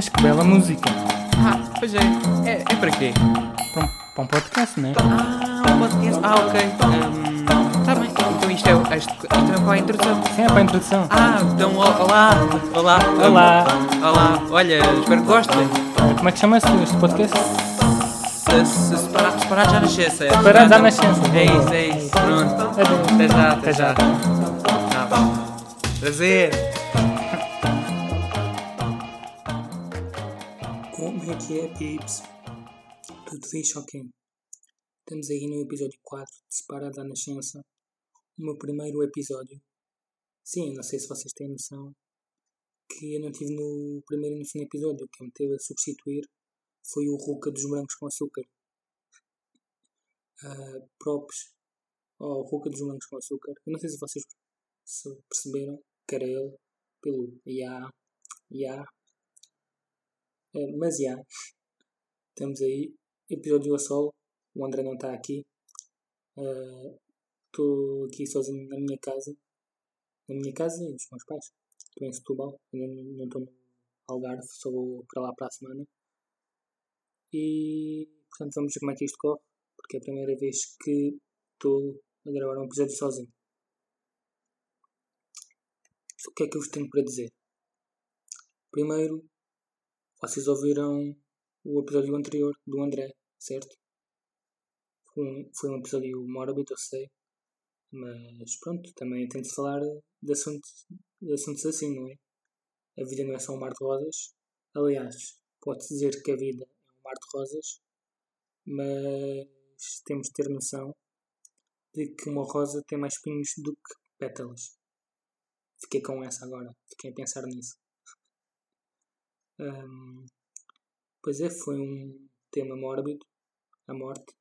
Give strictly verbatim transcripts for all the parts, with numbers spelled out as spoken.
Mas que bela música. Ah, pois é. É, é para quê? Para um, para um podcast, não é? Ah, um podcast. Ah, ok. Está um, bem. Então isto é, isto, isto é para a introdução. Sim, é para a introdução. Ah, então o- olá. Olá. Olá. Olá. Olha, espero que gostem. Como é que chama-se este podcast? Se, se separar, separar já nascença. Separados à nascença. É isso, é isso. Pronto. Até já, até já. Tá bom. Prazer. Como é que é, pips? Tudo fixe, ok? Estamos aí no episódio quatro de Separado à Nascença. O meu primeiro episódio. Sim, não sei se vocês têm noção que eu não tive no primeiro e no segundo episódio. Quem me teve a substituir foi o Ruca dos Morangos com Açúcar. Uh, props ao Ruca dos Morangos com Açúcar. Eu não sei se vocês se perceberam que era ele, pelo Ya, Ya. Uh, mas Ya, estamos aí. Episódio a solo. O André não está aqui. Estou uh, aqui sozinho na minha casa. Na minha casa e dos meus pais. Estou em Setúbal. Não estou no Algarve. Só vou para lá para a semana. E portanto vamos ver como é que isto corre. Porque é a primeira vez que estou a gravar um episódio sozinho. O que é que eu vos tenho para dizer? Primeiro, vocês ouviram o episódio anterior do André, certo? Foi um, foi um episódio mórbido, eu sei. Mas pronto, também tem de se falar de assuntos, de assuntos assim, não é? A vida não é só um mar de rosas. Aliás, pode-se dizer que a vida é um mar de rosas, mas temos de ter noção de que uma rosa tem mais espinhos do que pétalas. Fiquei com essa agora, fiquei a pensar nisso. Um, pois é, foi um tema mórbido, a morte,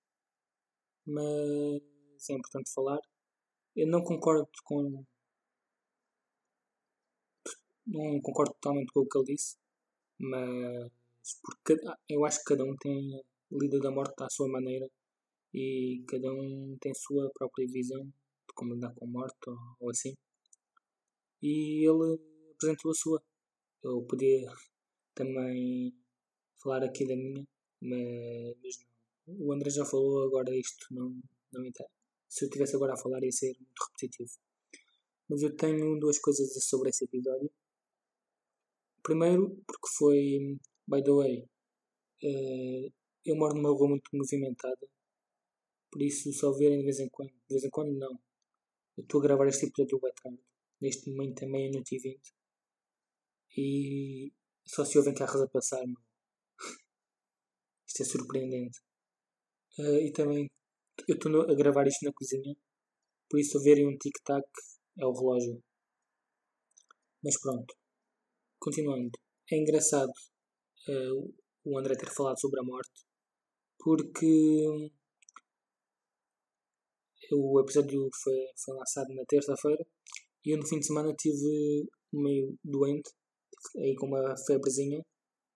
mas é importante falar. Eu não concordo com. Não concordo totalmente com o que ele disse, mas porque eu acho que cada um tem lida da morte à sua maneira e cada um tem a sua própria visão de como lidar com a morte ou, ou assim. E ele apresentou a sua. Eu podia também falar aqui da minha, mas, mas não. O André já falou, agora isto não, não me interessa. Se eu estivesse agora a falar ia ser muito repetitivo. Mas eu tenho duas coisas a dizer sobre esse episódio. Primeiro, porque foi, by the way, uh, eu moro numa rua muito movimentada, por isso só verem de vez em quando, de vez em quando não. Eu estou a gravar este episódio bem tarde, neste momento é meia-noite e vinte, e só se ouvem carros a passar, não. Isto é surpreendente. Uh, e também, eu estou a gravar isto na cozinha, por isso se verem um tic-tac é o relógio. Mas pronto. Continuando, é engraçado uh, o André ter falado sobre a morte, porque o episódio foi, foi lançado na terça-feira e eu no fim de semana estive meio doente, aí com uma febrezinha,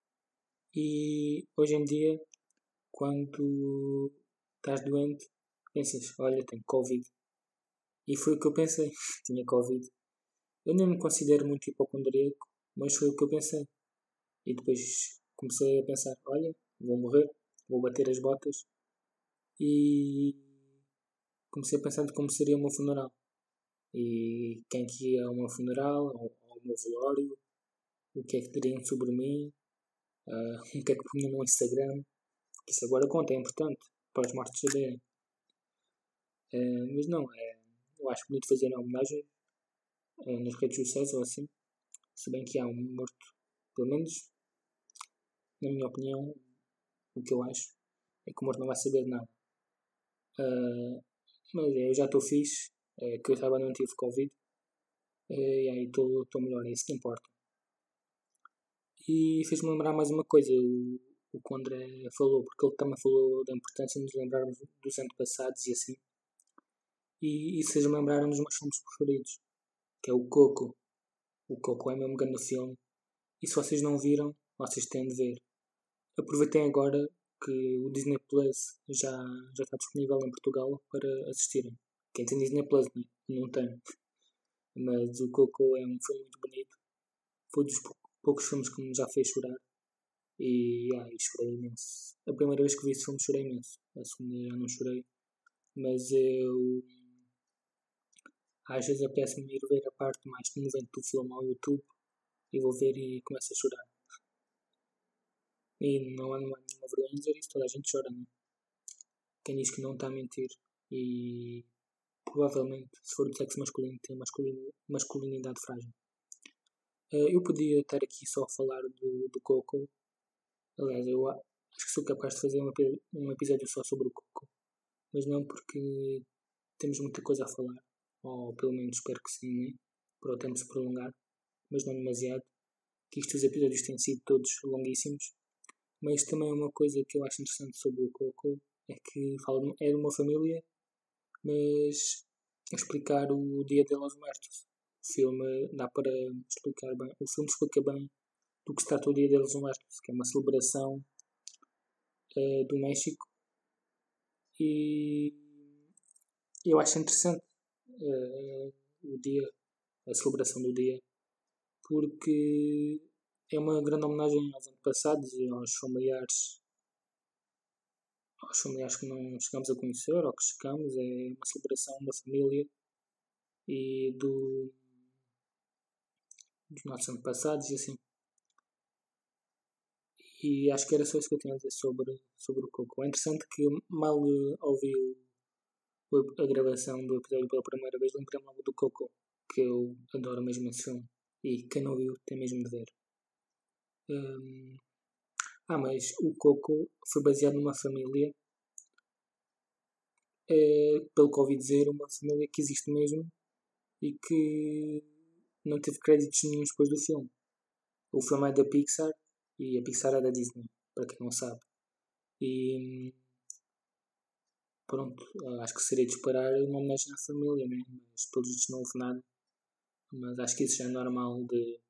e hoje em dia, quando estás doente, pensas, olha, tenho Covid. E foi o que eu pensei, tinha Covid. Eu nem me considero muito hipocondríaco, mas foi o que eu pensei. E depois comecei a pensar, olha, vou morrer, vou bater as botas. E comecei a pensar de como seria o meu funeral. E quem que ia ao meu funeral, ao, ao meu velório, o que é que diriam sobre mim, uh, o que é que punham no Instagram. Isso agora conta, é importante para os mortos saberem. Uh, mas não, é, eu acho bonito fazer uma homenagem uh, nas redes sociais ou assim. Se bem que há um morto, pelo menos na minha opinião, o que eu acho é que o morto não vai saber de nada. Uh, mas é, eu já estou fixe, é, que eu saiba não tive Covid, é, e aí estou melhor, é isso que importa. E fez-me lembrar mais uma coisa, o, o que o André falou, porque ele também falou da importância de nos lembrarmos dos antepassados e assim. E isso fez-me lembrar um dos meus filmes preferidos, que é o Coco. O Coco é mesmo grande filme, e se vocês não viram, vocês têm de ver. Aproveitem agora que o Disney Plus já, já está disponível em Portugal para assistirem. Quem tem Disney Plus não, não tem. Mas o Coco é um filme muito bonito. Foi dos poucos filmes que me já fez chorar. E ah, eu chorei imenso. A primeira vez que vi esse filme chorei imenso. A segunda já não chorei. Mas eu às vezes apetece-me ir ver a parte mais comovente do filme ao YouTube e vou ver e começo a chorar. E não há, não há nenhuma vergonha em dizer isso, toda a gente chora, não é? Quem diz que não está a mentir. E provavelmente, se for do sexo masculino, tem masculino, masculinidade frágil. Uh, eu podia estar aqui só a falar do, do Coco. Aliás, eu acho que sou capaz de fazer um, um episódio só sobre o Coco. Mas não porque temos muita coisa a falar. Ou pelo menos espero que sim, né? Para o tempo se prolongar. Mas não demasiado. Que isto, os episódios têm sido todos longuíssimos. Mas também uma coisa que eu acho interessante sobre o Coco é que fala de, é de uma família, mas explicar o Dia de los Muertos. O filme dá para explicar bem. O filme explica bem do que se trata o Dia de los Muertos, que é uma celebração uh, do México. E eu acho interessante uh, o dia, a celebração do dia, porque é uma grande homenagem aos antepassados e aos familiares, aos familiares que não chegamos a conhecer ou que chegamos. É uma celebração da família e do, dos nossos antepassados e assim. E acho que era só isso que eu tinha a dizer sobre, sobre o Coco. É interessante que mal ouvi a gravação do episódio pela primeira vez, lembrei-me logo do Coco, que eu adoro mesmo esse filme. E quem não viu tem mesmo de ver. Um, ah, mas o Coco foi baseado numa família, é, pelo que ouvi dizer, uma família que existe mesmo e que não teve créditos nenhum depois do filme. O filme é da Pixar e a Pixar é da Disney, para quem não sabe. E pronto, acho que seria de esperar uma homenagem à família, né? Mas pelos vistos não houve nada. Mas acho que isso já é normal de,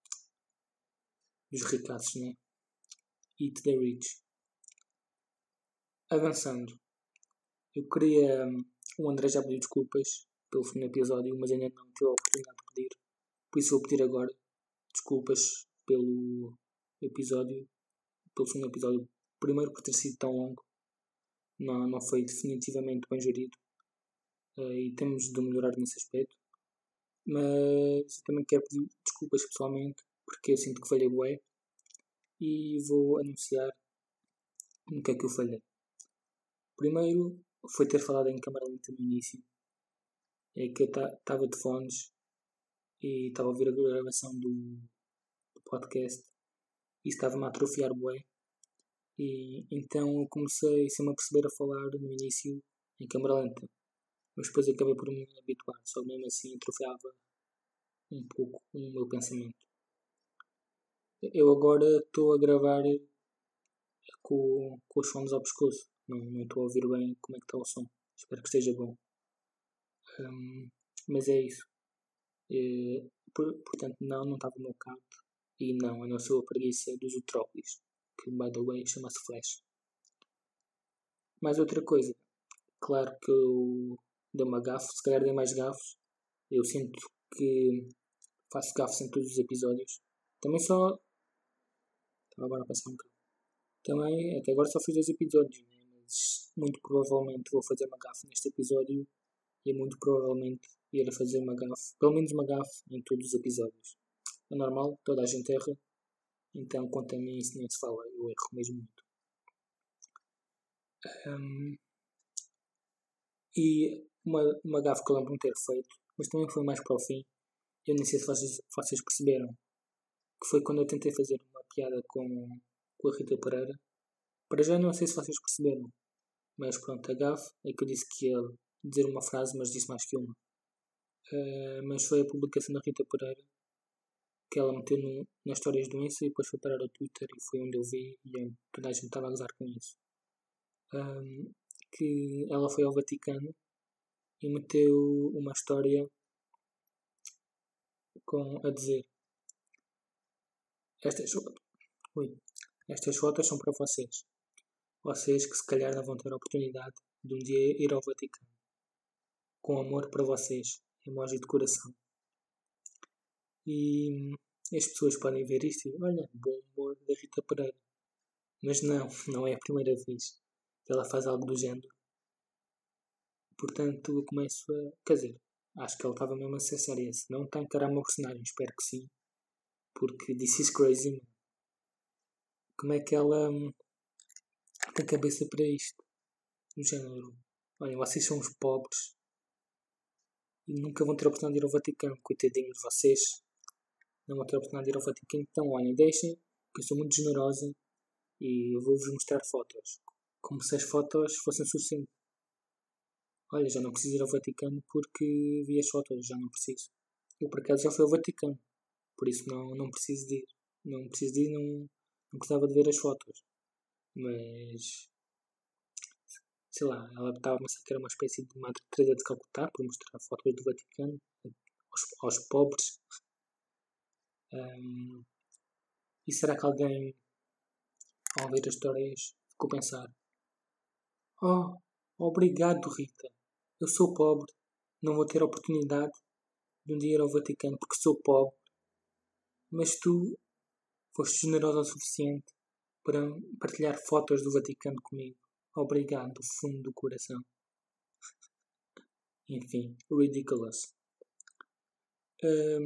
dos ricaços, né? Eat the rich. Avançando, eu queria. O André já pediu desculpas pelo segundo episódio, mas ainda não tive a oportunidade de pedir. Por isso vou pedir agora desculpas pelo episódio, pelo segundo episódio. Primeiro por ter sido tão longo, não, não foi definitivamente bem gerido uh, e temos de melhorar nesse aspecto. Mas eu também quero pedir desculpas pessoalmente porque eu sinto que falhei bué e vou anunciar no que é que eu falhei. Primeiro foi ter falado em câmara lenta no início. É que eu estava de fones e estava a ouvir a gravação do, do podcast e estava-me a atrofiar bué. E então eu comecei sem-me a perceber a falar no início em câmara lenta. Mas depois acabei por me habituar, só mesmo assim atrofiava um pouco o meu pensamento. Eu agora estou a gravar com, com os fones ao pescoço. Não estou a ouvir bem como é que está o som. Espero que esteja bom. Um, mas é isso. E, por, portanto, não, não estava no meu canto. E não, eu não sou a preguiça dos Utrópolis, que, by the way, chama-se Flash. Mais outra coisa. Claro que eu dei uma gafe. Se calhar dei mais gafes. Eu sinto que faço gafes em todos os episódios. Também só... Estava agora a passar um bocado. Também, até agora só fiz dois episódios, né? Mas muito provavelmente vou fazer uma gafe neste episódio e muito provavelmente irei fazer uma gafe, pelo menos uma gafe em todos os episódios. É normal, toda a gente erra, então quanto a mim isso nem se fala, eu erro mesmo muito. Um, e uma, uma gafe que eu lembro-me ter feito, mas também foi mais para o fim, eu nem sei se vocês, vocês perceberam, que foi quando eu tentei fazer uma piada com, com a Rita Pereira. Para já não sei se vocês perceberam, mas pronto, a gafe é que eu disse que ia dizer uma frase, mas disse mais que uma. Uh, mas foi a publicação da Rita Pereira que ela meteu no, nas histórias do Insta e depois foi parar ao Twitter e foi onde eu vi e toda a gente estava a gozar com isso. Um, que ela foi ao Vaticano e meteu uma história com, a dizer estas, ui, estas fotos são para vocês. Vocês que se calhar não vão ter a oportunidade de um dia ir ao Vaticano. Com amor para vocês. Emoji de coração. E as pessoas podem ver isto e olha, bom humor da Rita Pereira. Mas não, não é a primeira vez que ela faz algo do género. Portanto, eu começo a... Quer dizer, acho que ela estava mesmo a ser séria. Se não está a encarar uma personagem, espero que sim. Porque this is crazy. Como é que ela hum, tem cabeça para isto? Do género, olha, vocês são os pobres e nunca vão ter a oportunidade de ir ao Vaticano. Coitadinhos de vocês. Não vão ter a oportunidade de ir ao Vaticano. Então, olhem, deixem, que eu sou muito generosa e eu vou-vos mostrar fotos. Como se as fotos fossem suficientes. Olha, já não preciso ir ao Vaticano porque vi as fotos, já não preciso. Eu, por acaso, já fui ao Vaticano. Por isso não, não preciso de ir. Não preciso de ir, não, não gostava de ver as fotos. Mas, sei lá, ela estava a pensar que era uma espécie de Madre Teresa de Calcutá por mostrar fotos do Vaticano aos, aos pobres. Um, e será que alguém, ao ver as histórias, ficou a pensar: Oh, obrigado, Rita. Eu sou pobre. Não vou ter a oportunidade de um dia ir ao Vaticano porque sou pobre. Mas tu foste generosa o suficiente para partilhar fotos do Vaticano comigo. Obrigado, do fundo do coração. Enfim, ridiculous. Um,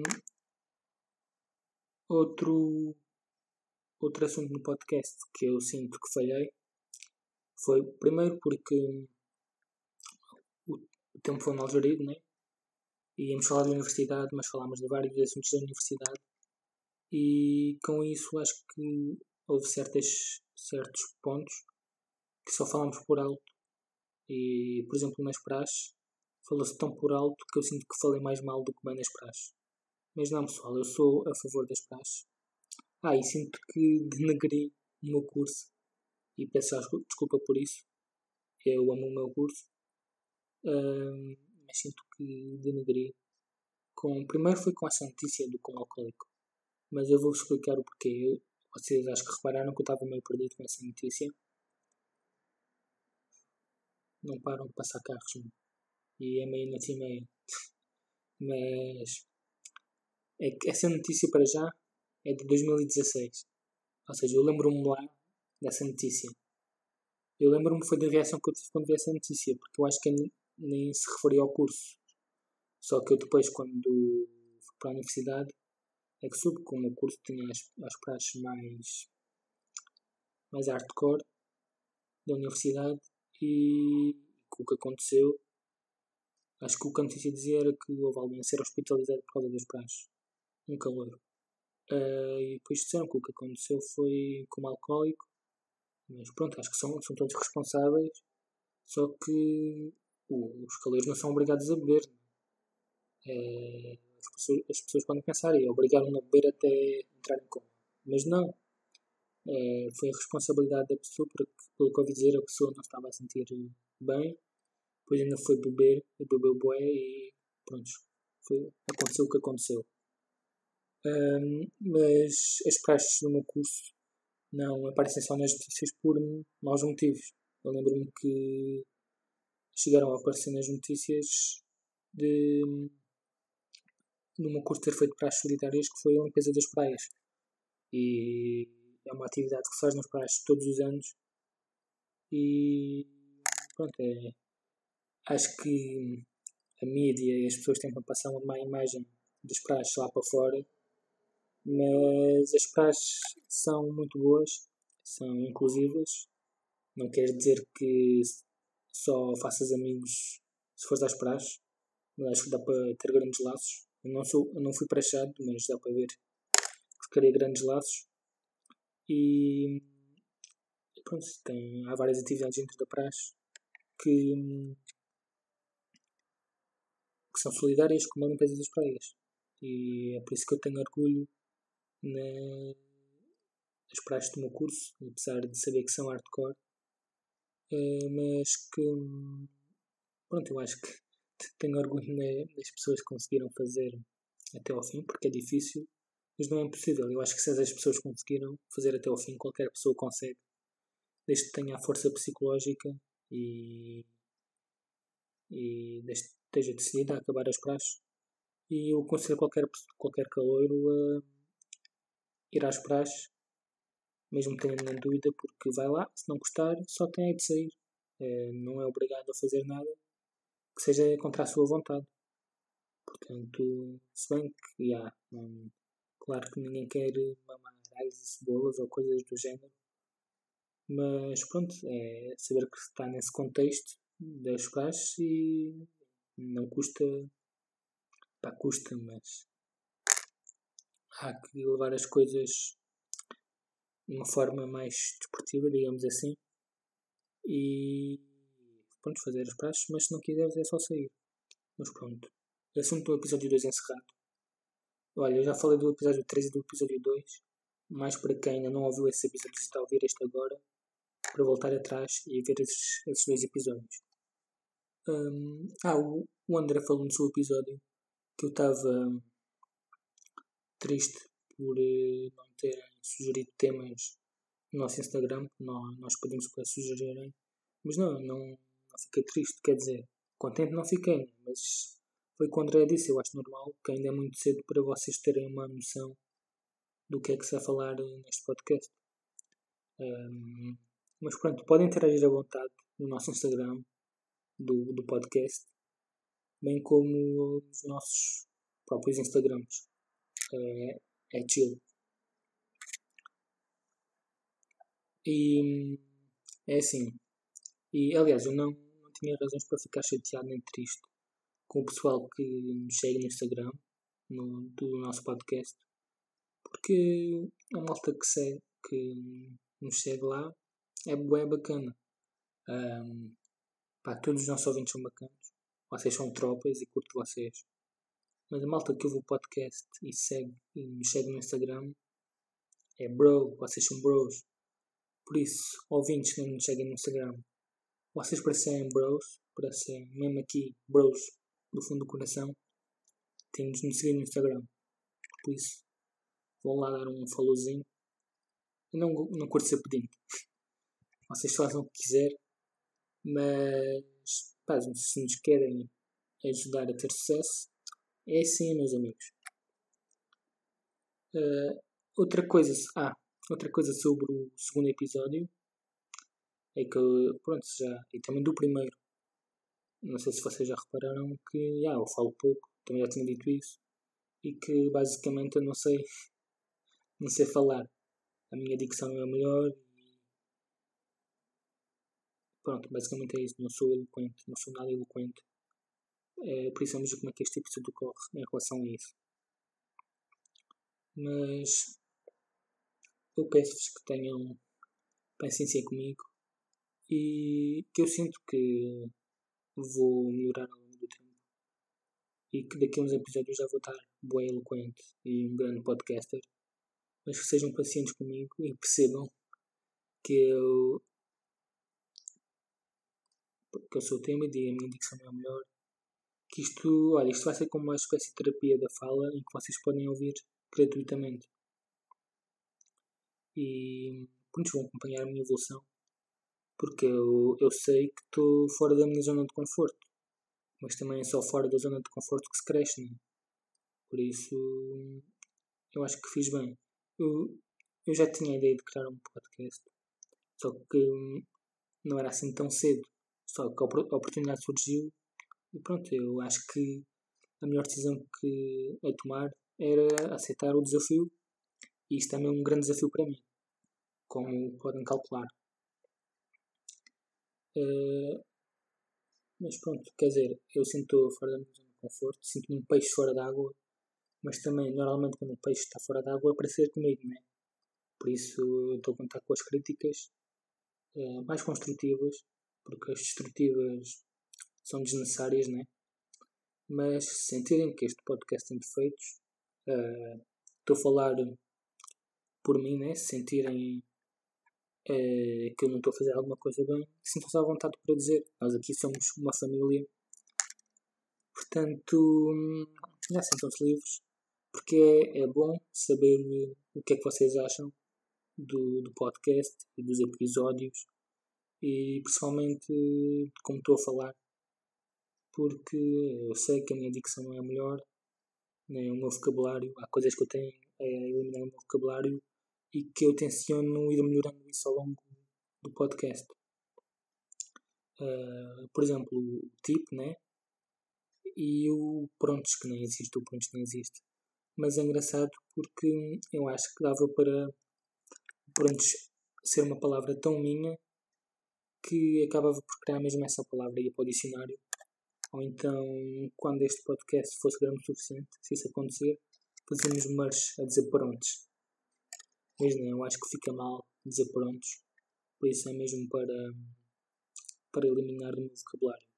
outro, outro assunto no podcast que eu sinto que falhei foi, primeiro, porque o, o tempo foi mal gerido, né? E íamos falar da universidade, mas falámos de vários assuntos da universidade. E com isso acho que houve certas, certos pontos que só falámos por alto. E, por exemplo, nas praxes, falou-se tão por alto que eu sinto que falei mais mal do que bem nas praxes. Mas não, pessoal, eu sou a favor das praxes. Ah, e sinto que denegri o meu curso. E peço desculpa por isso. Eu amo o meu curso. Um, mas sinto que denegri. Com, primeiro foi com essa notícia do cão alcoólico. Mas eu vou explicar o porquê. Eu, vocês acho que repararam que eu estava meio perdido com essa notícia. Não param de passar carros. Não. E é meio noite e meia. Mas é que essa notícia para já é de dois mil e dezasseis. Ou seja, eu lembro-me lá dessa notícia. Eu lembro-me foi da reação que eu tive quando vi essa notícia, porque eu acho que nem se referia ao curso. Só que eu depois, quando fui para a universidade, é que soube que o meu curso tinha as, as praxes mais, mais hardcore da universidade e o que aconteceu, acho que o que a notícia dizia era que houve alguém a ser hospitalizado por causa das praxes. Um calor. Uh, e depois disseram que o que aconteceu foi como alcoólico. Mas pronto, acho que são, são todos responsáveis. Só que os caleiros não são obrigados a beber. É, as, pessoas, as pessoas podem pensar e obrigaram-no a beber até entrar em coma. Mas não. É, foi a responsabilidade da pessoa, porque pelo que eu ouvi dizer, a pessoa não estava a sentir bem. Depois ainda foi beber, e bebeu bué e pronto. Foi, aconteceu o que aconteceu. Um, mas as praxes do meu curso não aparecem só nas notícias por maus motivos. Eu lembro-me que chegaram a aparecer nas notícias de no meu curso ter feito praxes solidárias, que foi a limpeza das praias. E é uma atividade que se faz nas praias todos os anos. E pronto, é, acho que a mídia e as pessoas tentam passar uma má imagem das praias lá para fora. Mas as praxes são muito boas, são inclusivas. Não quer dizer que só faças amigos se fores às praxes, mas acho que dá para ter grandes laços. Eu não, sou, eu não fui praxado, mas dá para ver que criei grandes laços. E pronto, tem, há várias atividades dentro da praxe que, que são solidárias, como a limpeza das praias. E é por isso que eu tenho orgulho na, as praxes do meu curso, apesar de saber que são hardcore, uh, mas que pronto, eu acho que tenho orgulho das pessoas que conseguiram fazer até ao fim, porque é difícil, mas não é impossível. Eu acho que se as pessoas conseguiram fazer até ao fim, qualquer pessoa consegue, desde que tenha a força psicológica e, e desde que esteja decidida a acabar as praxes. E eu aconselho qualquer, qualquer caloiro a ir às praxes mesmo tendo na dúvida, porque vai lá, se não gostar, só tem de sair. Uh, não é obrigado a fazer nada que seja contra a sua vontade. Portanto, se bem que, yeah, um, claro que ninguém quer mamar alhos e cebolas ou coisas do género, mas pronto, é saber que está nesse contexto das praxes e não custa, pá, custa, mas há que levar as coisas de uma forma mais desportiva, digamos assim, e pronto, fazer as praxes, mas se não quiseres é só sair. Mas pronto, assunto do episódio dois encerrado. Olha, eu já falei do episódio três e do episódio dois, mas para quem ainda não ouviu esse episódio, está a ouvir este agora, para voltar atrás e ver esses, esses dois episódios. Um, ah, o, o André falou no seu episódio que eu estava triste por uh, não ter sugerido temas no nosso Instagram. Não, nós pedimos para sugerirem, mas não, não, não fiquei triste, quer dizer, contente não fiquei, mas foi o que o André disse. Eu acho normal, que ainda é muito cedo para vocês terem uma noção do que é que se vai falar neste podcast. Um, mas pronto, podem interagir à vontade no nosso Instagram do, do podcast, bem como nos nossos próprios Instagrams. É, é chill. E é assim. E aliás, eu não, não tinha razões para ficar chateado nem triste com o pessoal que nos segue no Instagram, no, do nosso podcast, porque a malta que segue, que nos segue lá, é bem bacana. Um, pá, todos os nossos ouvintes são bacanas. Vocês são tropas e curto vocês. Mas a malta que ouve o podcast e segue e nos segue no Instagram é bro, vocês são bros. Por isso, ouvintes que não nos seguem no Instagram, vocês parecem bros, parecem mesmo aqui bros do fundo do coração, têm-nos de nos seguir no Instagram. Por isso, vão lá dar um followzinho. Eu não, não curto ser pedinte. Vocês façam o que quiser, mas pá, se nos querem ajudar a ter sucesso, é assim, meus amigos. Uh, outra coisa, ah, outra coisa sobre o segundo episódio é que, pronto, já, e também do primeiro, não sei se vocês já repararam que, já, eu falo pouco, também já tinha dito isso, e que basicamente eu não sei, não sei falar. A minha dicção é a melhor e pronto, basicamente é isso. Não sou eloquente, não sou nada eloquente. É, por isso vamos ver como é que este episódio corre em relação a isso. Mas eu peço-vos que tenham paciência comigo e que eu sinto que vou melhorar ao longo do tempo e que daqui a uns episódios já vou estar bem eloquente e um grande podcaster, mas que sejam pacientes comigo e percebam que eu que eu sou tímido e a minha dicção é a melhor, que isto, olha, isto vai ser como uma espécie de terapia da fala em que vocês podem ouvir gratuitamente e muitos vão acompanhar a minha evolução, porque eu, eu sei que estou fora da minha zona de conforto, mas também é só fora da zona de conforto que se cresce, né? Por isso eu acho que fiz bem. Eu, eu já tinha a ideia de criar um podcast, só que não era assim tão cedo, só que a oportunidade surgiu e pronto, eu acho que a melhor decisão que a tomar era aceitar o desafio, e isto também é um grande desafio para mim, como podem calcular. Uh, mas pronto, quer dizer, eu sinto fora da minha zona de conforto, sinto-me um peixe fora d'água, mas também, normalmente, quando o peixe está fora d'água, é para ser comigo, né? Por isso, eu estou a contar com as críticas uh, mais construtivas, porque as destrutivas são desnecessárias, né? Mas se sentirem que este podcast tem defeitos, uh, estou a falar por mim, né? Se sentirem uh, que eu não estou a fazer alguma coisa bem, sintam-se à vontade para dizer. Nós aqui somos uma família, portanto, já sintam-se livres, porque é, é bom saber o que é que vocês acham do, do podcast e dos episódios e principalmente de como estou a falar, porque eu sei que a minha dicção não é a melhor, nem o meu vocabulário, há coisas que eu tenho a eliminar o meu vocabulário, e que eu tenciono ir melhorando isso ao longo do podcast. Uh, por exemplo, o tipo, né? E o prontos, que nem existe, o prontos nem existe. Mas é engraçado porque eu acho que dava para prontos ser uma palavra tão minha que acabava por criar mesmo essa palavra e ia para o dicionário. Ou então, quando este podcast fosse grande o suficiente, se isso acontecer, fazíamos merch a dizer prontos. Mas não, eu acho que fica mal dizer prontos. Por isso é mesmo para, para eliminar do meu vocabulário.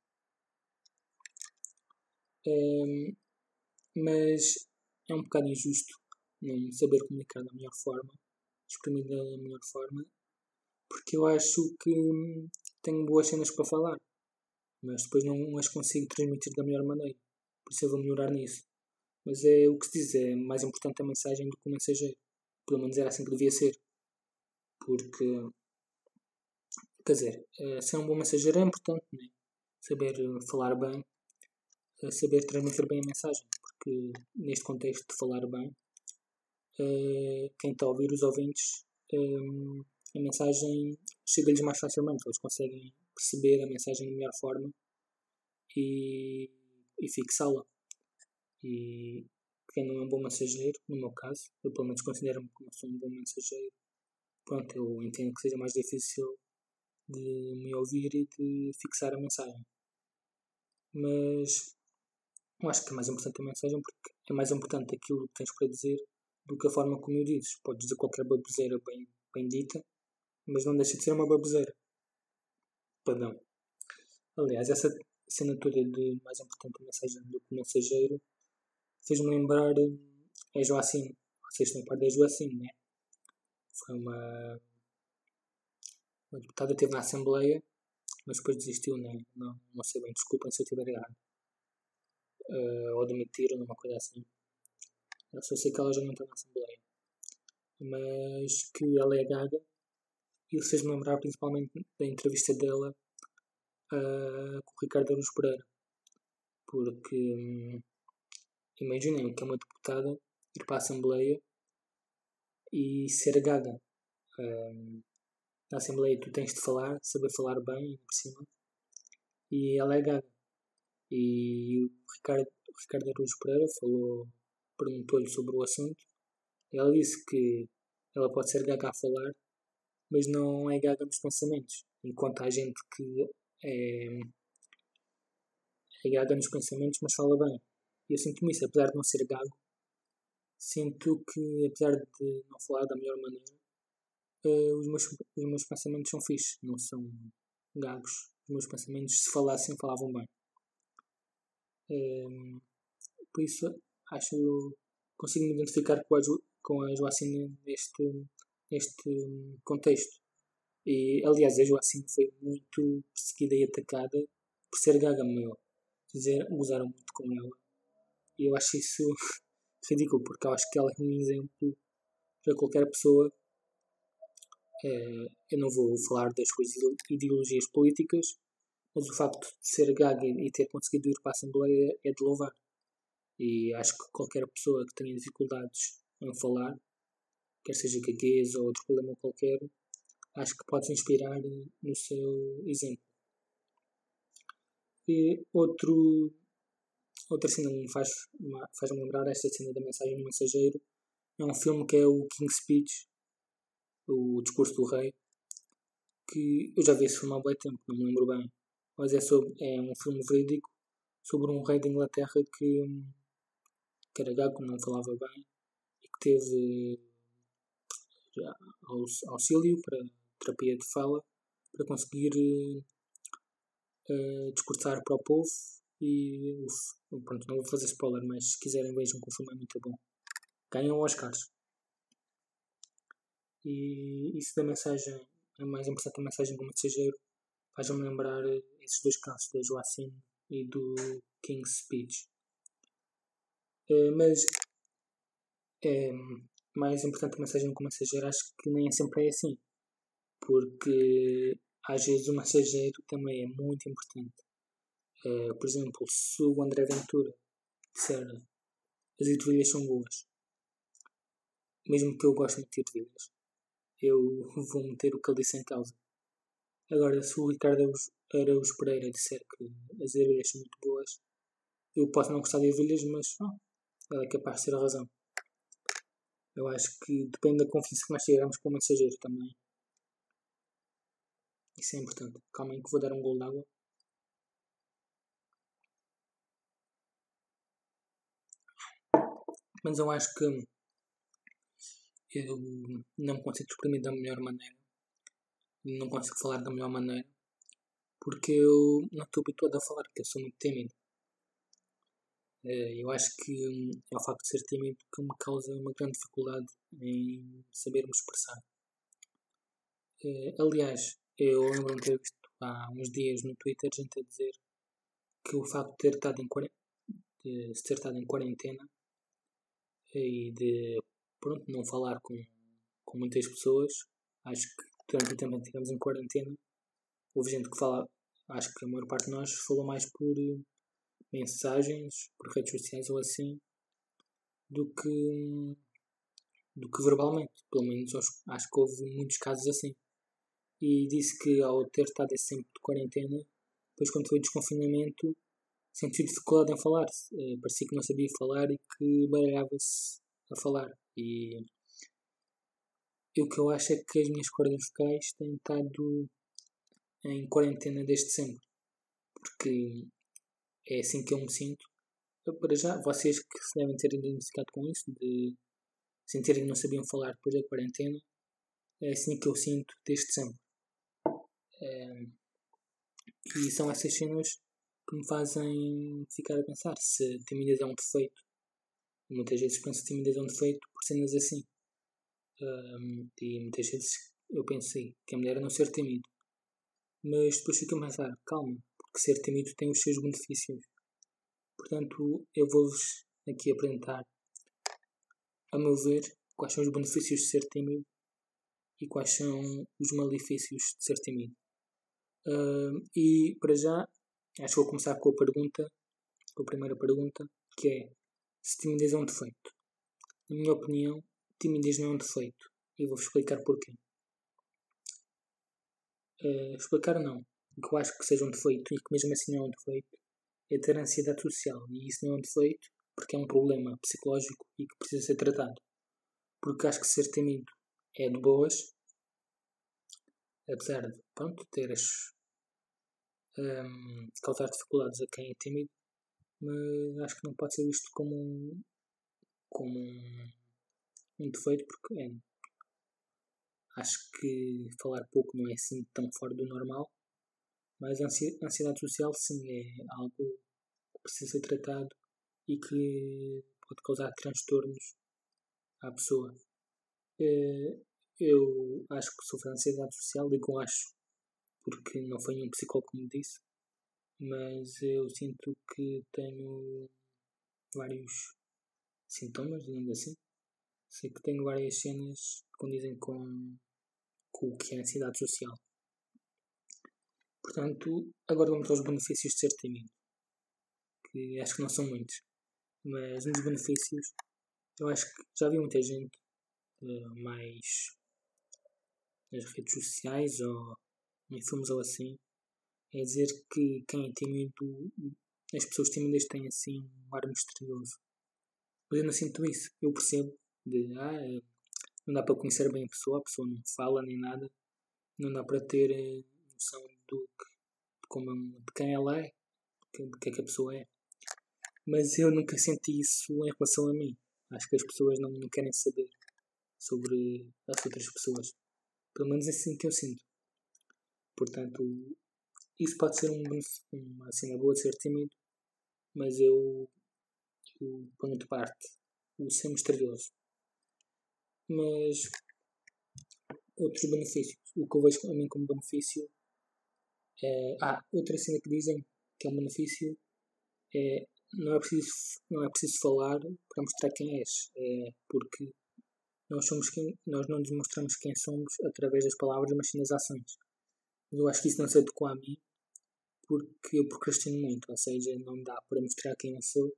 Um, mas é um bocado injusto não saber comunicar da melhor forma, exprimir da melhor forma, porque eu acho que tenho boas cenas para falar, mas depois não as consigo transmitir da melhor maneira. Por isso eu vou melhorar nisso. Mas é o que se diz, é mais importante a mensagem do que o mensageiro. Pelo menos era assim que devia ser. Porque, quer dizer, ser um bom mensageiro é importante, não é? Saber falar bem, saber transmitir bem a mensagem. Porque neste contexto de falar bem, quem está a ouvir, os ouvintes, a mensagem chega-lhes mais facilmente. Eles conseguem perceber a mensagem da melhor forma e, e fixá-la. E quem não é um bom mensageiro, no meu caso, eu pelo menos considero-me que não sou um bom mensageiro, pronto, eu entendo que seja mais difícil de me ouvir e de fixar a mensagem. Mas eu acho que é mais importante a mensagem porque é mais importante aquilo que tens para dizer do que a forma como o dizes. Podes dizer qualquer baboseira bem, bem dita, mas não deixa de ser uma baboseira. Perdão. Aliás, essa cena toda de mais importante a mensagem do que o mensageiro fez-me lembrar a Joacine. Vocês estão a par da Joacine, né? Foi uma, uma deputada que esteve na Assembleia, mas depois desistiu, né? Não, não sei bem, desculpem se eu estiver errado. Uh, ou demitiram, uma coisa assim. Eu só sei que ela já não está na Assembleia. Mas que ela é gaga. E isso fez-me lembrar principalmente da entrevista dela uh, com o Ricardo Araújo Pereira. Porque hum, imaginem que é uma deputada ir para a Assembleia e ser gaga. Um, na Assembleia tu tens de falar, saber falar bem por cima, e ela é gaga. E o Ricardo, o Ricardo Araújo Pereira falou, perguntou-lhe sobre o assunto, e ela disse que ela pode ser gaga a falar, mas não é gaga nos pensamentos, enquanto há gente que é, é gaga nos pensamentos, mas fala bem. E eu sinto-me isso, apesar de não ser gago, sinto que, apesar de não falar da melhor maneira, uh, os, meus, os meus pensamentos são fixes, não são gagos. Os meus pensamentos, se falassem, falavam bem. Um, por isso, acho que consigo me identificar com a, com a Joacine neste, neste contexto. E, aliás, a Joacine foi muito perseguida e atacada por ser gaga, meu. Dizer, usaram muito com ela. E eu acho isso ridículo, porque eu acho que ela é um exemplo para qualquer pessoa. É, eu não vou falar das suas ideologias políticas, mas o facto de ser gaga e ter conseguido ir para a Assembleia é de louvar. E acho que qualquer pessoa que tenha dificuldades em falar, quer seja gaguez ou outro problema qualquer, acho que pode se inspirar no seu exemplo. E outro, outra cena que me faz, faz-me lembrar esta cena da mensagem do mensageiro é um filme que é o King's Speech, o Discurso do Rei, que eu já vi esse filme há muito tempo, não me lembro bem, mas é, sobre, é um filme verídico sobre um rei da Inglaterra que, que era gago, não falava bem e que teve auxílio para terapia de fala para conseguir uh, discursar para o povo e uf, pronto, não vou fazer spoiler, mas se quiserem vejam que o filme é muito bom. Ganham Oscars. E isso da mensagem é mais importante, a mensagem do mensageiro faz-me lembrar esses dois casos, da Joacine e do King's Speech. Uh, mas é mais importante a mensagem do mensageiro, acho que nem sempre é assim, porque às vezes o mensageiro também é muito importante. Uh, por exemplo, se o André Ventura disser as ervilhas são boas, mesmo que eu goste muito de ervilhas, eu vou meter o que ele disse em causa. Agora, se o Ricardo Araújo Pereira disser que as ervilhas são muito boas, eu posso não gostar de ervilhas, mas oh, ele é capaz de ter a razão. Eu acho que depende da confiança que nós tivermos com o mensageiro também. Isso é importante. Calma aí que vou dar um golo de água. Mas eu acho que eu não me consigo exprimir da melhor maneira. Não consigo falar da melhor maneira. Porque eu não estou habituado a falar, porque eu sou muito tímido. Eu acho que é o facto de ser tímido que me causa uma grande dificuldade em saber me expressar. Aliás, eu lembro-me de ter visto há uns dias no Twitter gente a dizer que o facto de ter estado em, quarent... de ter estado em quarentena e de pronto, não falar com, com muitas pessoas, acho que durante o tempo em que estivemos em quarentena houve gente que fala, acho que a maior parte de nós falou mais por mensagens, por redes sociais ou assim, do que do que verbalmente. Pelo menos acho que houve muitos casos assim. E disse que ao ter estado esse tempo de quarentena, depois quando foi desconfinamento, sentiu dificuldade em falar. Uh, parecia que não sabia falar e que baralhava-se a falar. E, e o que eu acho é que as minhas cordas vocais têm estado em quarentena desde sempre. Porque é assim que eu me sinto. Para já, vocês que se devem ter identificado com isso, de sentirem que não sabiam falar depois da quarentena, é assim que eu sinto desde sempre. É, e são essas cenas que me fazem ficar a pensar se timidez é um defeito. Muitas vezes penso que timidez é um defeito por cenas assim. Um, e muitas vezes eu pensei que é melhor não ser tímido. Mas depois fico a pensar, calma, porque ser tímido tem os seus benefícios. Portanto, eu vou-vos aqui apresentar, a meu ver, quais são os benefícios de ser tímido e quais são os malefícios de ser tímido. Uh, e para já, acho que vou começar com a pergunta, com a primeira pergunta, que é: se timidez é um defeito? Na minha opinião, timidez não é um defeito. E vou-vos explicar porquê. Uh, explicar não. O que eu acho que seja um defeito, e que mesmo assim não é um defeito, é ter ansiedade social. E isso não é um defeito porque é um problema psicológico e que precisa ser tratado. Porque acho que ser tímido é de boas, apesar de, pronto, ter as, um, causar dificuldades a quem é tímido, mas acho que não pode ser visto como um, como um, um defeito, porque é, acho que falar pouco não é assim tão fora do normal, mas a ansiedade social sim é algo que precisa ser tratado e que pode causar transtornos à pessoa. Eu acho que sofro de ansiedade social, digo acho, porque não foi um psicólogo que me disse, mas eu sinto que tenho vários sintomas, digamos assim. Sei que tenho várias cenas que condizem com, com o que é ansiedade social. Portanto, agora vamos aos benefícios de ser tímido, que acho que não são muitos, mas um dos benefícios, eu acho que já vi muita gente uh, mais nas redes sociais ou em filmes ou assim, é dizer que quem é tímido, as pessoas tímidas têm assim um ar misterioso. Mas eu não sinto isso. Eu percebo de, ah, não dá para conhecer bem a pessoa, a pessoa não fala nem nada, não dá para ter noção do que, de, como, de quem ela é, de que é que a pessoa é. Mas eu nunca senti isso em relação a mim. Acho que as pessoas não, não querem saber sobre as outras pessoas. Pelo menos é assim que eu sinto. Portanto, isso pode ser um, uma cena boa de ser tímido, mas eu, eu ponho de parte o ser misterioso. Mas outros benefícios, o que eu vejo a mim como benefício é... Ah, outra cena que dizem que é um benefício é não é preciso, não é preciso falar para mostrar quem és, é porque nós, somos quem, nós não demonstramos quem somos através das palavras, mas sim das ações. Mas eu acho que isso não se adequa a mim, porque eu procrastino muito, ou seja, não dá para mostrar quem eu sou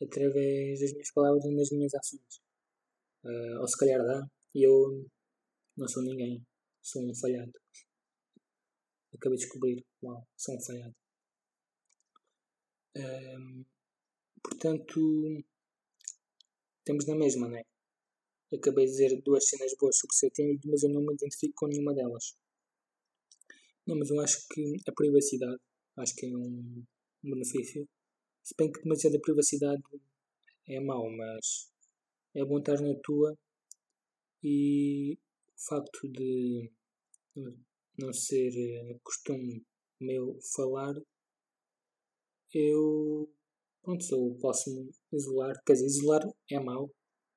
através das minhas palavras e das minhas ações. Uh, ou se calhar dá, e eu não sou ninguém, sou um falhado. Acabei de descobrir, uau, sou um falhado. Um, portanto, temos na mesma, não é? Acabei de dizer duas cenas boas sobre ser tímido, mas eu não me identifico com nenhuma delas. Não, mas eu acho que a privacidade, acho que é um benefício. Se bem que demasiada privacidade é mau, mas é bom estar na tua, e o facto de não ser costume meu falar, eu, pronto, eu posso me isolar. Quer dizer, isolar é mau,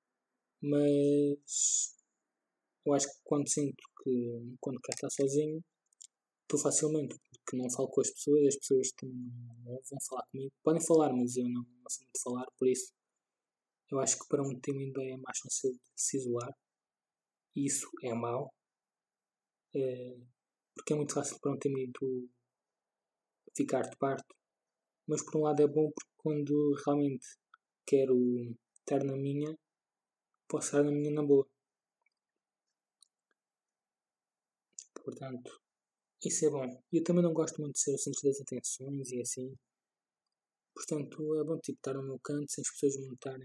mas eu acho que quando sinto que, quando quero estar sozinho, estou facilmente, porque não falo com as pessoas, as pessoas também não vão falar comigo. Podem falar, mas eu não, não sei muito falar, por isso eu acho que para um tímido é mais fácil de se isolar. E isso é mau, é, porque é muito fácil para um tímido ficar de parte. Mas por um lado é bom, porque quando realmente quero estar na minha, posso estar na minha na boa. Portanto, isso é bom. E eu também não gosto muito de ser o centro das atenções e assim. Portanto, é bom tipo estar no meu canto sem as pessoas me notarem.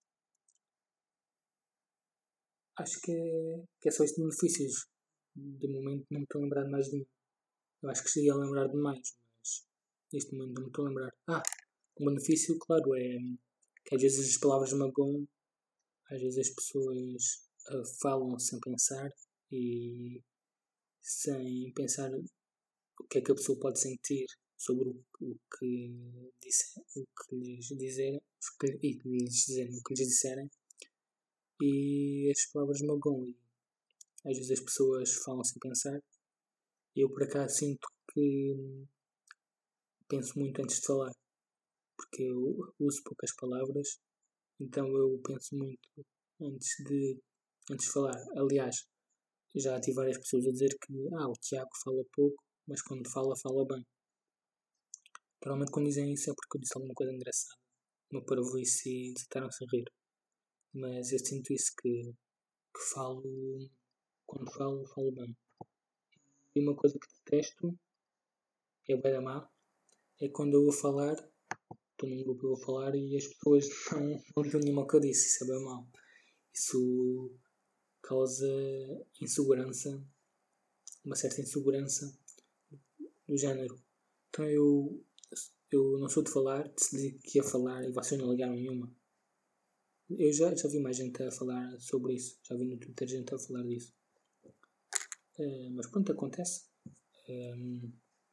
Acho que é, que é só isto de benefícios. De momento não me estou a lembrar de mais nenhum. Eu acho que cheguei a lembrar de mais, mas neste momento não me estou a lembrar. Ah, um benefício, claro, é que às vezes as palavras magoam, às vezes as pessoas uh, falam sem pensar e sem pensar o que é que a pessoa pode sentir sobre o, o que disse, o que lhes disserem, e lhes dizerem o que lhes disserem, e as palavras magoam, e às vezes as pessoas falam sem pensar. Eu por acaso sinto que penso muito antes de falar, porque eu uso poucas palavras, então eu penso muito antes de, antes de falar. Aliás, já tive várias pessoas a dizer que ah, o Tiago fala pouco, mas quando fala, fala bem. Provavelmente quando dizem isso é porque eu disse alguma coisa engraçada, uma parvoíce, e desataram-se a rir. Mas eu sinto isso, que, que falo, quando falo, falo bem. E uma coisa que detesto, é bem da má, é quando eu vou falar, estou num grupo e vou falar e as pessoas não, não dizem nenhuma que eu disse. Isso é bem mau. Isso causa insegurança, uma certa insegurança do género. Então eu, eu não sou de falar, decidi que ia falar e vocês não ligaram nenhuma. Eu já, já vi mais gente a falar sobre isso, já vi no Twitter gente a falar disso. Uh, mas pronto, acontece. Um,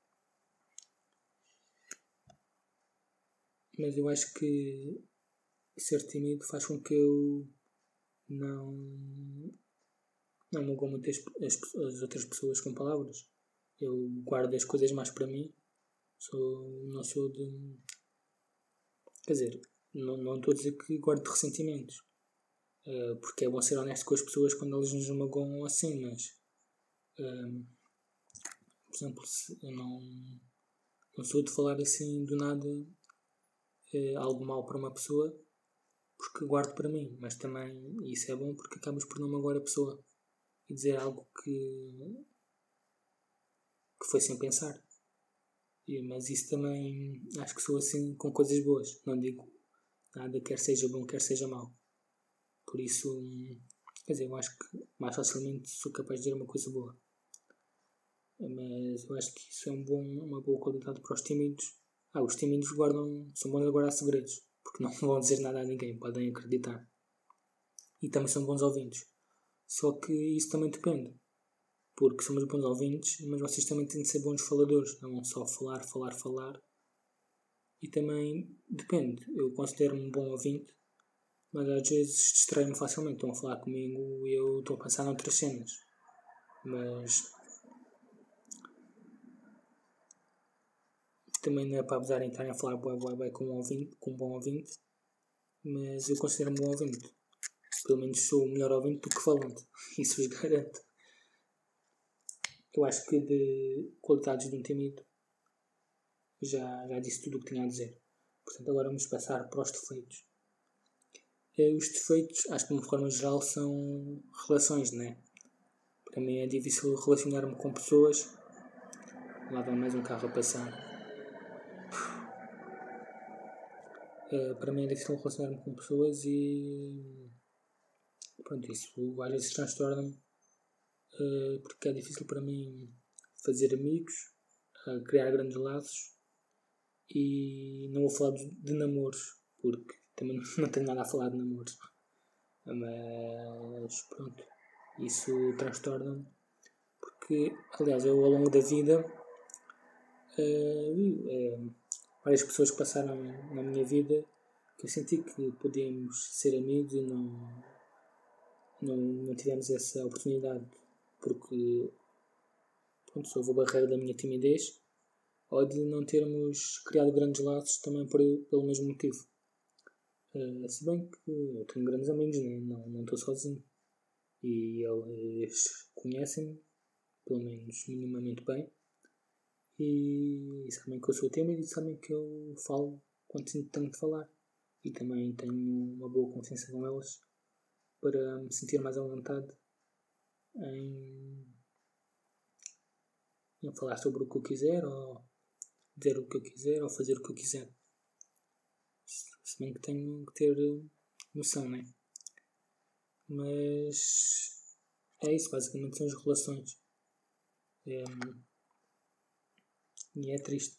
mas eu acho que ser tímido faz com que eu não não magoe muito as, as, as outras pessoas com palavras. Eu guardo as coisas mais para mim. Sou, não sou de... Quer dizer, não, não estou a dizer que guardo ressentimentos. Uh, porque é bom ser honesto com as pessoas quando elas nos magoam assim, mas... Um, por exemplo, se eu não, não sou de falar assim do nada uh, algo mau para uma pessoa, porque guardo para mim, mas também isso é bom porque acabas por não magoar a pessoa e dizer algo que, que foi sem pensar. E, mas isso também acho que sou assim com coisas boas, não digo nada, quer seja bom, quer seja mau. Por isso, quer dizer, eu acho que mais facilmente sou capaz de dizer uma coisa boa. Mas eu acho que isso é um bom, uma boa qualidade para os tímidos. Ah, os tímidos guardam, são bons a guardar segredos, porque não vão dizer nada a ninguém, podem acreditar. E também são bons ouvintes. Só que isso também depende, porque somos bons ouvintes, mas vocês também têm de ser bons faladores, não vão só falar, falar, falar. E também depende, eu considero-me um bom ouvinte, mas às vezes distraio-me facilmente. Estão a falar comigo e eu estou a pensar noutras cenas. Mas também não é para abusarem de estarem a falar bué, bué, bué com um ouvinte, com um bom ouvinte, mas eu considero-me um bom ouvinte. Pelo menos sou o melhor ouvinte do que falante, isso vos garanto. Eu acho que de qualidades de um tímido já, já disse tudo o que tinha a dizer. Portanto, agora vamos passar para os defeitos. Os defeitos, acho que de uma forma geral, são relações, não é? Para mim é difícil relacionar-me com pessoas. Lá vai mais um carro a passar. Uh, para mim é difícil relacionar-me com pessoas e pronto, isso às vezes transtorna-me uh, porque é difícil para mim fazer amigos, uh, criar grandes laços, e não vou falar de, de namoros porque também não tenho nada a falar de namoros, mas pronto, isso transtorna-me porque, aliás, eu ao longo da vida uh, uh, várias pessoas que passaram na minha vida que eu senti que podíamos ser amigos e não, não, não tivemos essa oportunidade porque pronto, houve a barreira da minha timidez ou de não termos criado grandes laços também por, pelo mesmo motivo. Uh, se bem que eu tenho grandes amigos, né? não, não estou sozinho e eles conhecem-me pelo menos minimamente bem e sabem que eu sou tímido e sabem que eu falo quando sinto que tenho de falar, e também tenho uma boa confiança com elas para me sentir mais à vontade em, em falar sobre o que eu quiser ou dizer o que eu quiser ou fazer o que eu quiser, se bem que tenho que ter noção, né? Mas é isso, basicamente são as relações. É, e é triste.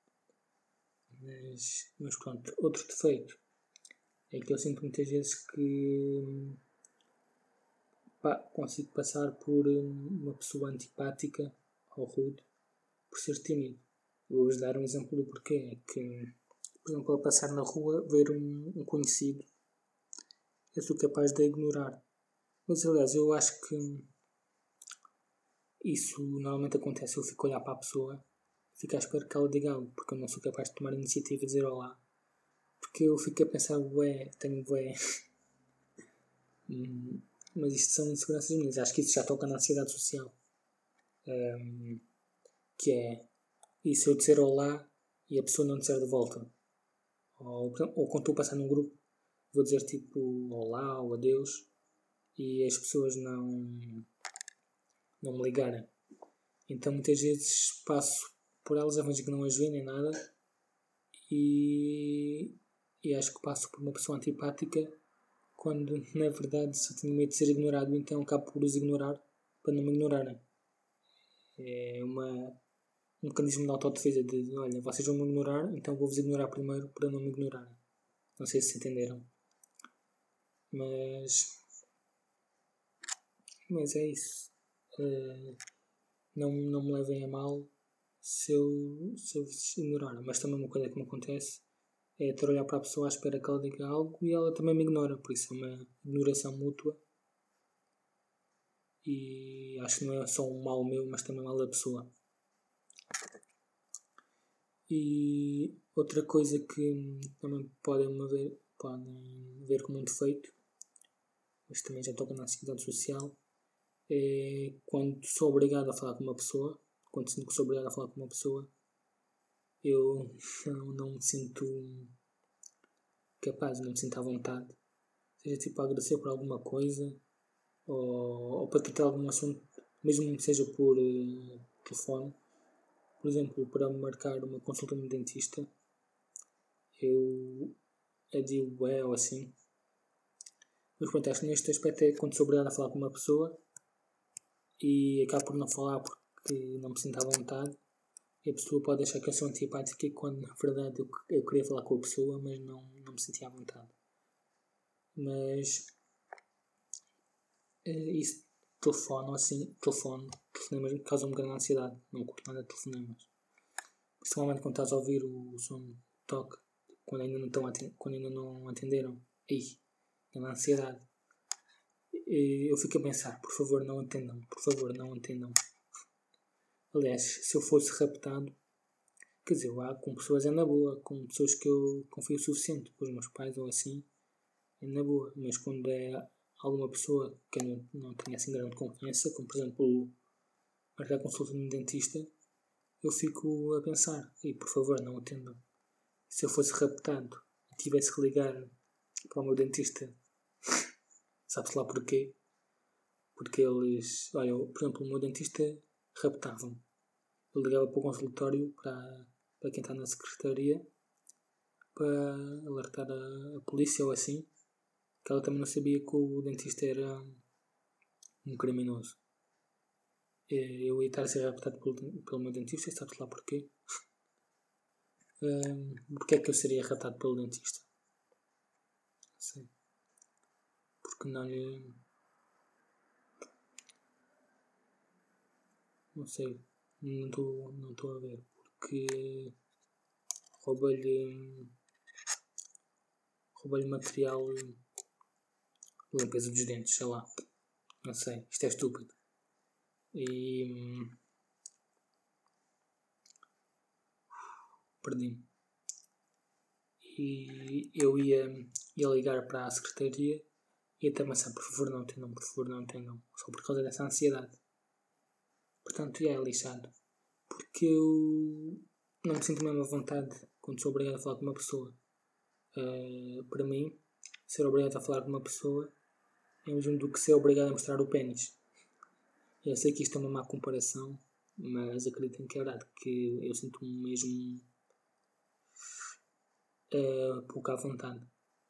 Mas, mas pronto, outro defeito é que eu sinto muitas vezes que pá, consigo passar por uma pessoa antipática ou rude por ser tímido. Vou-vos dar um exemplo do porquê. É que, por exemplo, ao passar na rua, ver um, um conhecido, eu sou capaz de ignorar. Mas aliás, eu acho que isso normalmente acontece. Eu fico a olhar para a pessoa, fico à espera que ela diga algo, porque eu não sou capaz de tomar a iniciativa e dizer olá. Porque eu fico a pensar, ué, tenho ué. hum, mas isto são inseguranças minhas. Acho que isso já toca na ansiedade social. Um, que é, e se eu disser olá e a pessoa não disser de volta? Ou, ou quando estou a passar num grupo, vou dizer tipo olá ou adeus e as pessoas não, não me ligarem. Então muitas vezes passo por elas a fingir que não as veem nem nada e, e acho que passo por uma pessoa antipática quando na verdade só tenho medo de ser ignorado, então acabo por os ignorar para não me ignorarem. É uma, um mecanismo de autodefesa de olha, vocês vão me ignorar, então vou-vos ignorar primeiro para não me ignorarem. Não sei se entenderam. Mas mas é isso. Uh, não, não me levem a mal se eu, se eu vos ignorar. Mas também uma coisa que me acontece é ter a olhar para a pessoa à espera que ela diga algo e ela também me ignora. Por isso é uma ignoração mútua. E acho que não é só um mal meu, mas também um mal da pessoa. E outra coisa que também podem ver, podem ver como um defeito, mas também já toca na ansiedade social, é quando sou obrigado a falar com uma pessoa, quando sinto que sou obrigado a falar com uma pessoa, eu não, não me sinto capaz, não me sinto à vontade. Seja tipo a agradecer por alguma coisa, ou, ou para tratar algum assunto, mesmo que seja por uh, telefone. Por exemplo, para marcar uma consulta no dentista, eu digo é ou assim. Mas pronto, acho que neste aspecto é quando sou obrigado a falar com uma pessoa e acabo por não falar porque não me sinto à vontade, e a pessoa pode achar que eu sou antipático e quando na verdade eu, eu queria falar com a pessoa, mas não, não me sentia à vontade. Mas é, isso, telefone ou assim, telefone, telefonemas causam-me grande ansiedade, não curto nada de telefonemas. Principalmente quando estás a ouvir o som de toque, quando ainda não, estão atend- quando ainda não atenderam. Aí, é uma ansiedade. E eu fico a pensar, por favor não atendam, por favor não atendam. Aliás, se eu fosse raptado, quer dizer, lá com pessoas é na boa, com pessoas que eu confio o suficiente, com os meus pais ou assim, é na boa. Mas quando é alguma pessoa que eu não, não tenho assim grande confiança, como por exemplo marcar consulta no dentista, eu fico a pensar, e por favor não atendam. Se eu fosse raptado e tivesse que ligar para o meu dentista, sabe-se lá porquê, Porque eles, olha, eu, por exemplo, o meu dentista raptava-me. Ele ligava para o consultório, para, para quem está na secretaria, para alertar a, a polícia ou assim, que ela também não sabia que o dentista era um criminoso. Eu ia estar a ser raptado pelo, pelo meu dentista, sabes lá porquê? Um, porque é que eu seria raptado pelo dentista? Não sei. Porque não lhe... Não sei. Não estou não estou a ver. Porque rouba-lhe... Rouba-lhe material de limpeza dos dentes, sei lá. Não sei. Isto é estúpido. E... Perdi-me. E eu ia, ia ligar para a secretaria e até pensar, por favor não entendam, por favor não entendam, só por causa dessa ansiedade. Portanto, é lixado. Porque eu não me sinto mesmo à vontade quando sou obrigado a falar com uma pessoa. Uh, para mim, ser obrigado a falar com uma pessoa é o mesmo do que ser obrigado a mostrar o pênis. Eu sei que isto é uma má comparação, mas acreditem que é verdade, que eu sinto-me mesmo uh, pouco à vontade.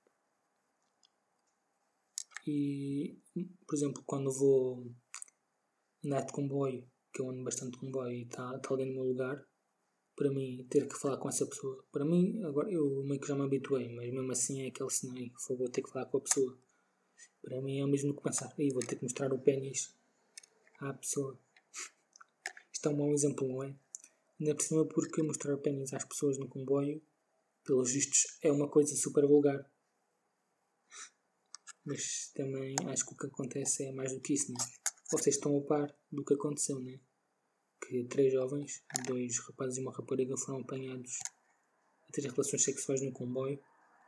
E, por exemplo, quando vou andar de comboio, que eu ando bastante de comboio e está tá alguém no meu lugar, para mim, ter que falar com essa pessoa, para mim, agora eu meio que já me habituei, mas mesmo assim é aquele cenário, vou ter que falar com a pessoa. Para mim é o mesmo que pensar, aí vou ter que mostrar o pênis à pessoa. Isto é um mau exemplo, não é? Ainda por cima porque mostrar o pênis às pessoas no comboio, pelos vistos, é uma coisa super vulgar. Mas também acho que o que acontece é mais do que isso, não é? Vocês estão a par do que aconteceu, não é? Que três jovens, dois rapazes e uma rapariga, foram apanhados a ter relações sexuais no comboio.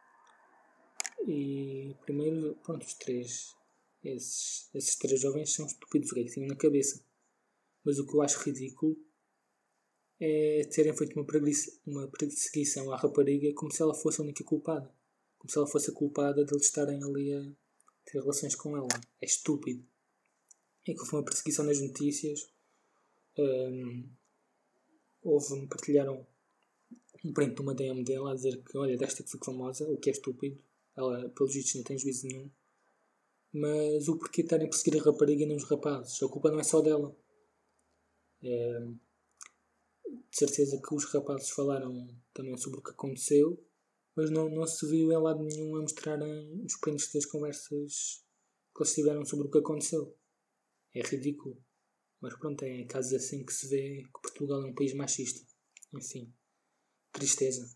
E primeiro, pronto, os três, esses, esses três jovens são estúpidos, o que é que tinham na cabeça? Mas o que eu acho ridículo é terem feito uma, uma perseguição à rapariga como se ela fosse a única culpada. Como se ela fosse a culpada de eles estarem ali a ter relações com ela. É estúpido. É que houve uma perseguição nas notícias. Um, houve, partilharam um print de uma D M dela a dizer que, olha, desta que fico famosa, o que é estúpido. Ela, pelos vistos, não tem juízo nenhum. Mas o porquê de estarem a perseguir a rapariga e não os rapazes? A culpa não é só dela. É, de certeza que os rapazes falaram também sobre o que aconteceu, mas não, não se viu em lado nenhum a mostrarem os prints das conversas que eles tiveram sobre o que aconteceu. É ridículo. Mas pronto, é casos assim que se vê que Portugal é um país machista. Enfim, tristeza.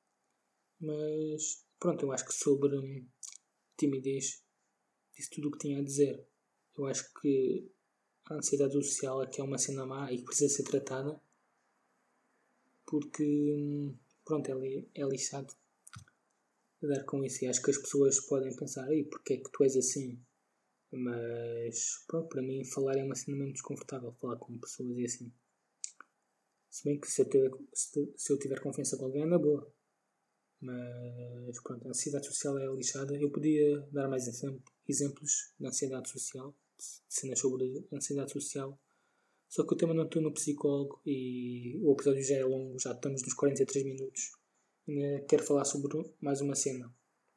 Mas pronto, eu acho que sobre hum, timidez disse tudo o que tinha a dizer. Eu acho que a ansiedade social é que é uma cena má e que precisa ser tratada, porque hum, pronto, é, é lixado lidar com isso. E acho que as pessoas podem pensar, ei, porque é que tu és assim? Mas pronto, para mim falar é uma cena mesmo desconfortável, falar com pessoas e assim. Se bem que se eu tiver, se, se eu tiver confiança com alguém é na boa. Mas pronto, a ansiedade social é lixada. Eu podia dar mais exemplos de ansiedade social, de cenas sobre ansiedade social. Só que eu também não estou no psicólogo e o episódio já é longo, já estamos nos quarenta e três minutos. Ainda quero falar sobre mais uma cena.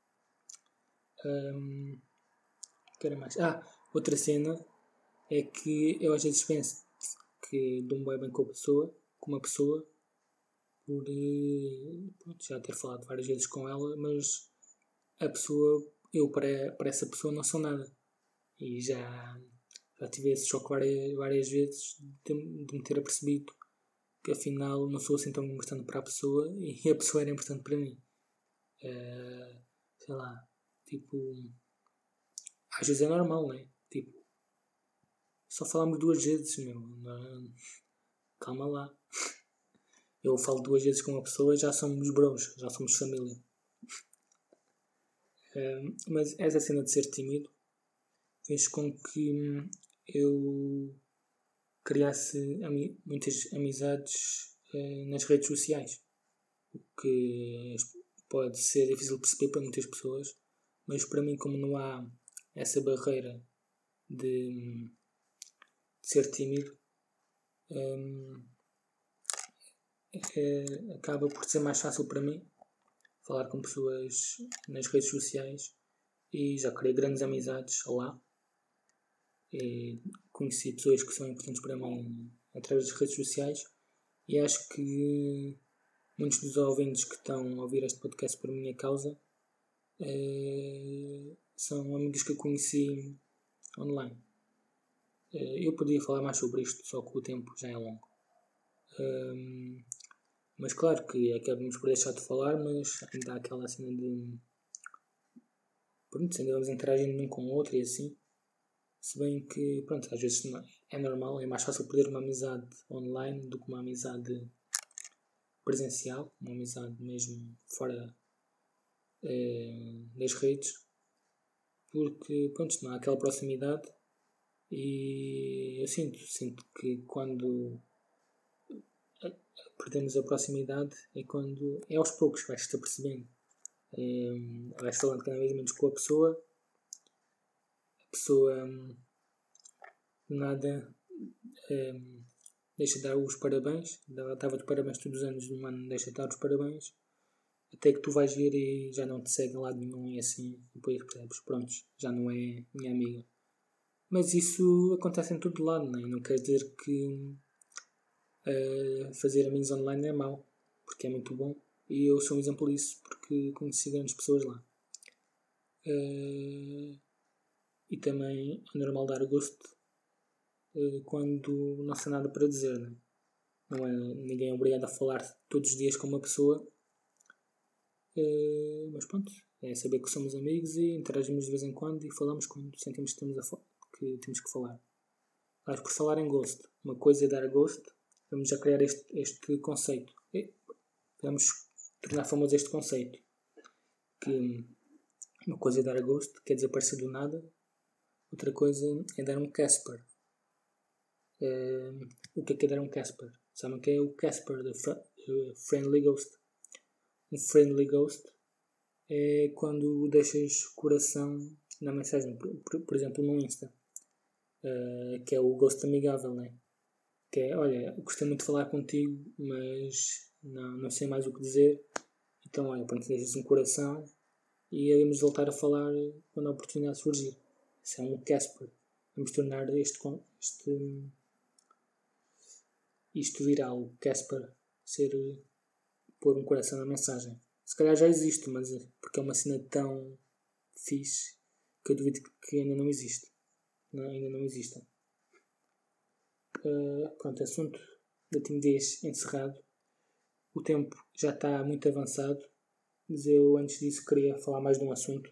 Um, quero mais. Ah, outra cena é que eu às vezes penso que dou-me bem, bem com a pessoa, com uma pessoa, por pronto, já ter falado várias vezes com ela, mas a pessoa, eu para, para essa pessoa não sou nada. E já, já tive esse choque várias, várias vezes de, de me ter apercebido que afinal não sou assim tão importante para a pessoa e a pessoa era importante para mim. Uh, sei lá, tipo, às vezes é normal, não é? Tipo, só falamos duas vezes, meu. Não, calma lá. Eu falo duas vezes com uma pessoa e já somos bros, já somos família. Uh, mas essa cena de ser tímido fez com que eu criasse ami- muitas amizades uh, nas redes sociais. O que pode ser difícil de perceber para muitas pessoas, mas para mim, como não há essa barreira de ser tímido, um, é, acaba por ser mais fácil para mim falar com pessoas nas redes sociais, e já criei grandes amizades lá. E conheci pessoas que são importantes para mim através das redes sociais, e acho que muitos dos ouvintes que estão a ouvir este podcast por minha causa é, são amigos que eu conheci online. É, eu podia falar mais sobre isto, só que o tempo já é longo. Um, mas claro que acabamos por deixar de falar, mas ainda há aquela cena de pronto, ainda vamos interagindo um com o outro e assim. Se bem que, pronto, às vezes não, é normal, é mais fácil perder uma amizade online do que uma amizade presencial, uma amizade mesmo fora eh, das redes, porque, pronto, não há aquela proximidade, e eu sinto, sinto que quando perdemos a proximidade é quando, é aos poucos, vais-te apercebendo, é, vais falando cada vez menos com a pessoa, a pessoa hum, nada hum, deixa de dar os parabéns, dava-te parabéns todos os anos, num ano deixa de dar os parabéns, até que tu vais ver e já não te segue em lado nenhum e assim, e depois percebes, pronto, já não é minha amiga. Mas isso acontece em todo lado, não é? Não quer dizer que uh, fazer amigos online é mau, porque é muito bom, e eu sou um exemplo disso, porque conheci grandes pessoas lá. Uh, e também é normal dar gosto uh, quando não sei nada para dizer, não é? Não é ninguém é obrigado a falar todos os dias com uma pessoa, uh, mas pronto, é saber que somos amigos e interagimos de vez em quando e falamos quando sentimos que temos, a fo- que, temos que falar. Acho que por falar em gosto, uma coisa é dar gosto, vamos já criar este, este conceito, e vamos tornar famoso este conceito, que uma coisa é dar gosto, quer desaparecer do nada, outra coisa é dar um Casper. Uh, o que é que é dar um Casper? Sabem o que é o Casper, the fr- Friendly Ghost? Um Friendly Ghost é quando deixas coração na mensagem, por, por, por exemplo no Insta, uh, que é o Ghost amigável, né? Que é, olha, gostei muito de falar contigo, mas não, não sei mais o que dizer, então olha, pronto, deixas um coração e iremos voltar a falar quando a oportunidade surgir. Isso é um Casper. Vamos tornar este, este isto viral, Casper, ser pôr um coração na mensagem. Se calhar já existe, mas porque é uma cena tão fixe que eu duvido que ainda não existe. Não, ainda não exista. Uh, pronto, assunto da timidez encerrado. O tempo já está muito avançado, mas eu antes disso queria falar mais de um assunto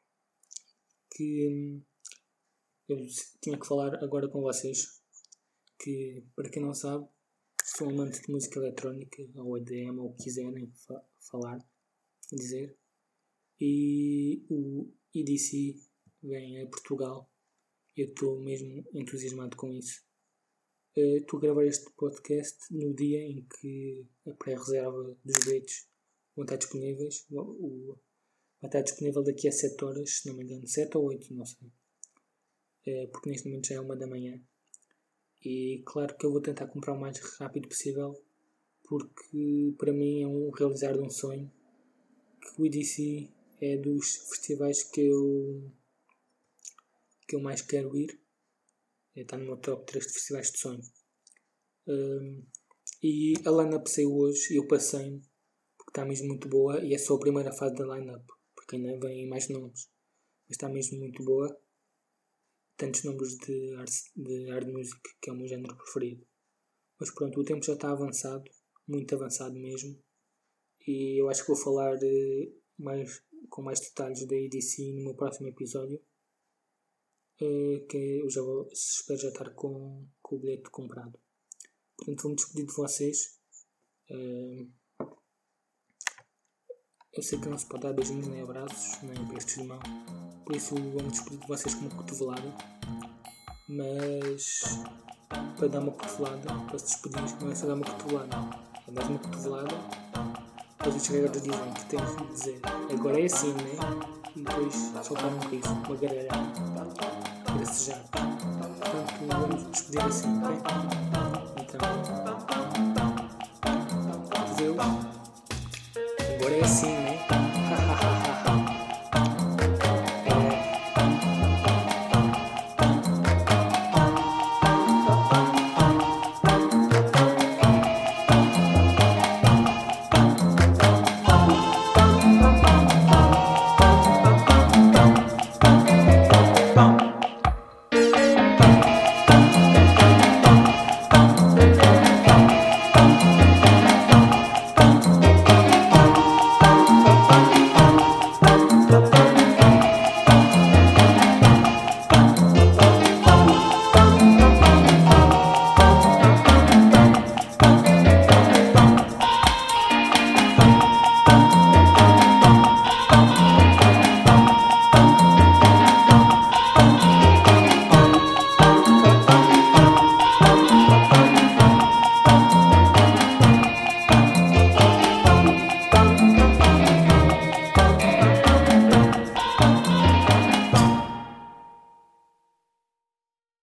que eu tinha que falar agora com vocês, que para quem não sabe, sou amante de música eletrónica, ou E D M, ou o que quiserem fa- falar, dizer, e o E D C vem a Portugal, eu estou mesmo entusiasmado com isso. Uh, estou a gravar este podcast no dia em que a pré-reserva dos bilhetes vão estar disponíveis. O, o, vai estar disponível daqui a sete horas, se não me engano, sete ou oito, não sei. Uh, porque neste momento já é uma da manhã. E claro que eu vou tentar comprar o mais rápido possível, porque para mim é um realizar de um sonho. Que o E D C é dos festivais que eu, que eu mais quero ir. Está no meu top três de festivais de sonho. Um, e a line-up saiu hoje e eu passei-me porque está mesmo muito boa, e é só a primeira fase da line-up porque ainda vêm mais nomes, mas está mesmo muito boa. Tantos nomes de hard, de hard music, que é o meu género preferido. Mas pronto, o tempo já está avançado, muito avançado mesmo, e eu acho que vou falar uh, mais, com mais detalhes da E D C no meu próximo episódio. Uh, que eu já vou, espero já estar com, com o bilhete comprado. Portanto, vou-me despedir de vocês. Uh, eu sei que não se pode dar beijinhos nem abraços, nem apertos de mão, por isso vou-me despedir de vocês com uma cotovelada. Mas para dar uma cotovelada, para se despedir, não é só dar uma cotovelada, é dar uma cotovelada. Depois os chegados dizem que têm que dizer agora é assim, né? E depois soltar um riso, uma gargalhada. gracejar. Portanto, vamos despedir assim, ok? Então.